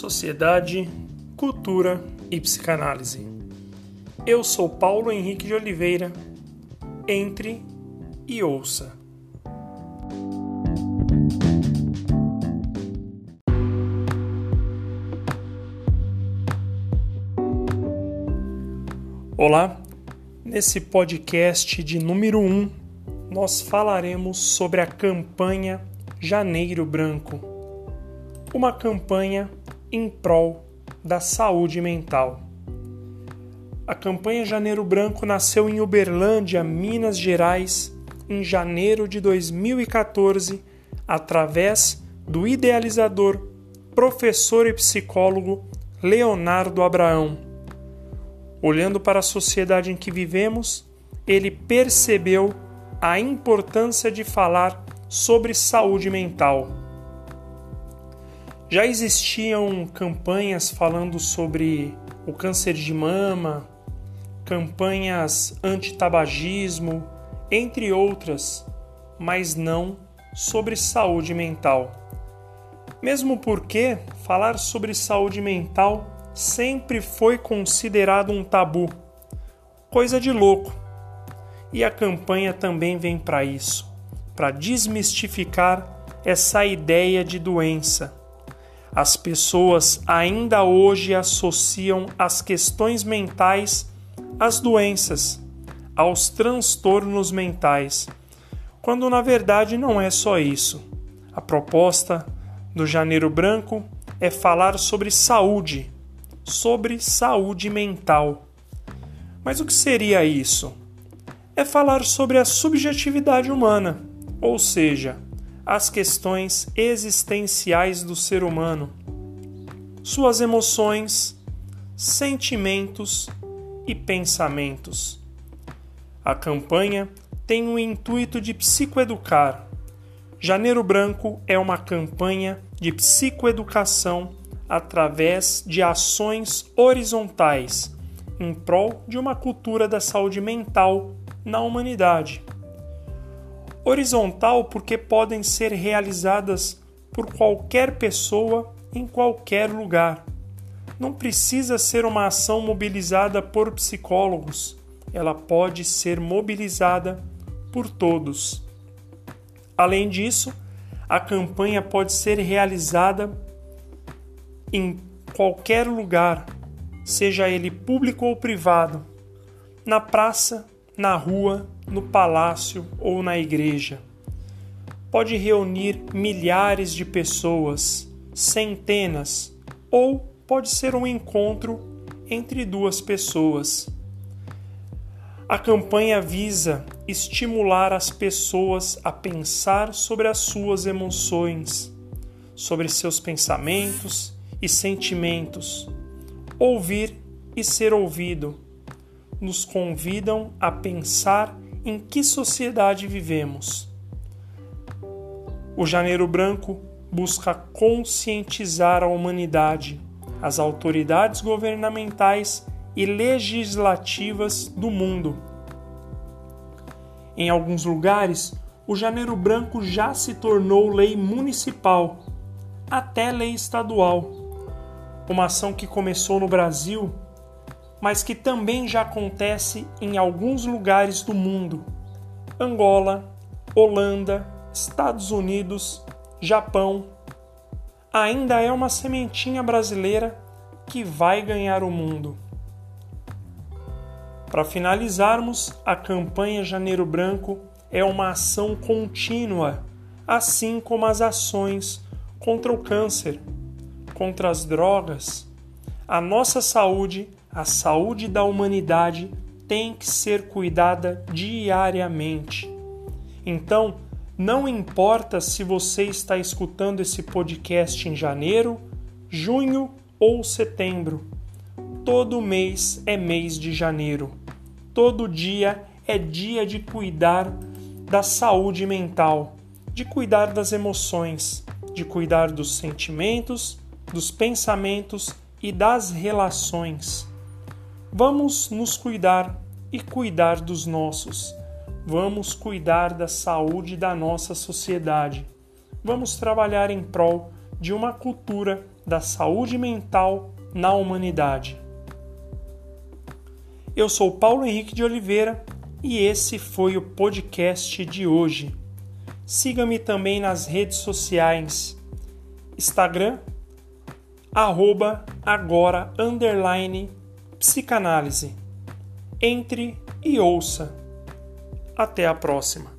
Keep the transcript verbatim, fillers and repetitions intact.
Sociedade, Cultura e Psicanálise. Eu sou Paulo Henrique de Oliveira. Entre e ouça. Olá, nesse podcast de número um, nós falaremos sobre a campanha Janeiro Branco, uma campanha em prol da saúde mental. A campanha Janeiro Branco nasceu em Uberlândia, Minas Gerais, em janeiro de dois mil e quatorze, através do idealizador, professor e psicólogo Leonardo Abraão. Olhando para a sociedade em que vivemos, ele percebeu a importância de falar sobre saúde mental. Já existiam campanhas falando sobre o câncer de mama, campanhas anti-tabagismo, entre outras, mas não sobre saúde mental. Mesmo porque falar sobre saúde mental sempre foi considerado um tabu, coisa de louco. E a campanha também vem para isso, para desmistificar essa ideia de doença. As pessoas ainda hoje associam as questões mentais às doenças, aos transtornos mentais, quando na verdade não é só isso. A proposta do Janeiro Branco é falar sobre saúde, sobre saúde mental. Mas o que seria isso? É falar sobre a subjetividade humana, ou seja, as questões existenciais do ser humano, suas emoções, sentimentos e pensamentos. A campanha tem o intuito de psicoeducar. Janeiro Branco é uma campanha de psicoeducação através de ações horizontais em prol de uma cultura da saúde mental na humanidade. Horizontal porque podem ser realizadas por qualquer pessoa em qualquer lugar. Não precisa ser uma ação mobilizada por psicólogos, ela pode ser mobilizada por todos. Além disso, a campanha pode ser realizada em qualquer lugar, seja ele público ou privado, na praça, na rua, no palácio ou na igreja. Pode reunir milhares de pessoas, centenas, ou pode ser um encontro entre duas pessoas. A campanha visa estimular as pessoas a pensar sobre as suas emoções, sobre seus pensamentos e sentimentos, ouvir e ser ouvido. Nos convidam a pensar em que sociedade vivemos. O Janeiro Branco busca conscientizar a humanidade, as autoridades governamentais e legislativas do mundo. Em alguns lugares, o Janeiro Branco já se tornou lei municipal, até lei estadual. Uma ação que começou no Brasil, mas que também já acontece em alguns lugares do mundo: Angola, Holanda, Estados Unidos, Japão. Ainda é uma sementinha brasileira que vai ganhar o mundo. Para finalizarmos, a campanha Janeiro Branco é uma ação contínua, assim como as ações contra o câncer, contra as drogas. A nossa saúde, a saúde da humanidade, tem que ser cuidada diariamente. Então, não importa se você está escutando esse podcast em janeiro, junho ou setembro. Todo mês é mês de janeiro. Todo dia é dia de cuidar da saúde mental, de cuidar das emoções, de cuidar dos sentimentos, dos pensamentos e das relações. Vamos nos cuidar e cuidar dos nossos. Vamos cuidar da saúde da nossa sociedade. Vamos trabalhar em prol de uma cultura da saúde mental na humanidade. Eu sou Paulo Henrique de Oliveira e esse foi o podcast de hoje. Siga-me também nas redes sociais, Instagram, arroba agora, underline, psicanálise. Entre e ouça. Até a próxima.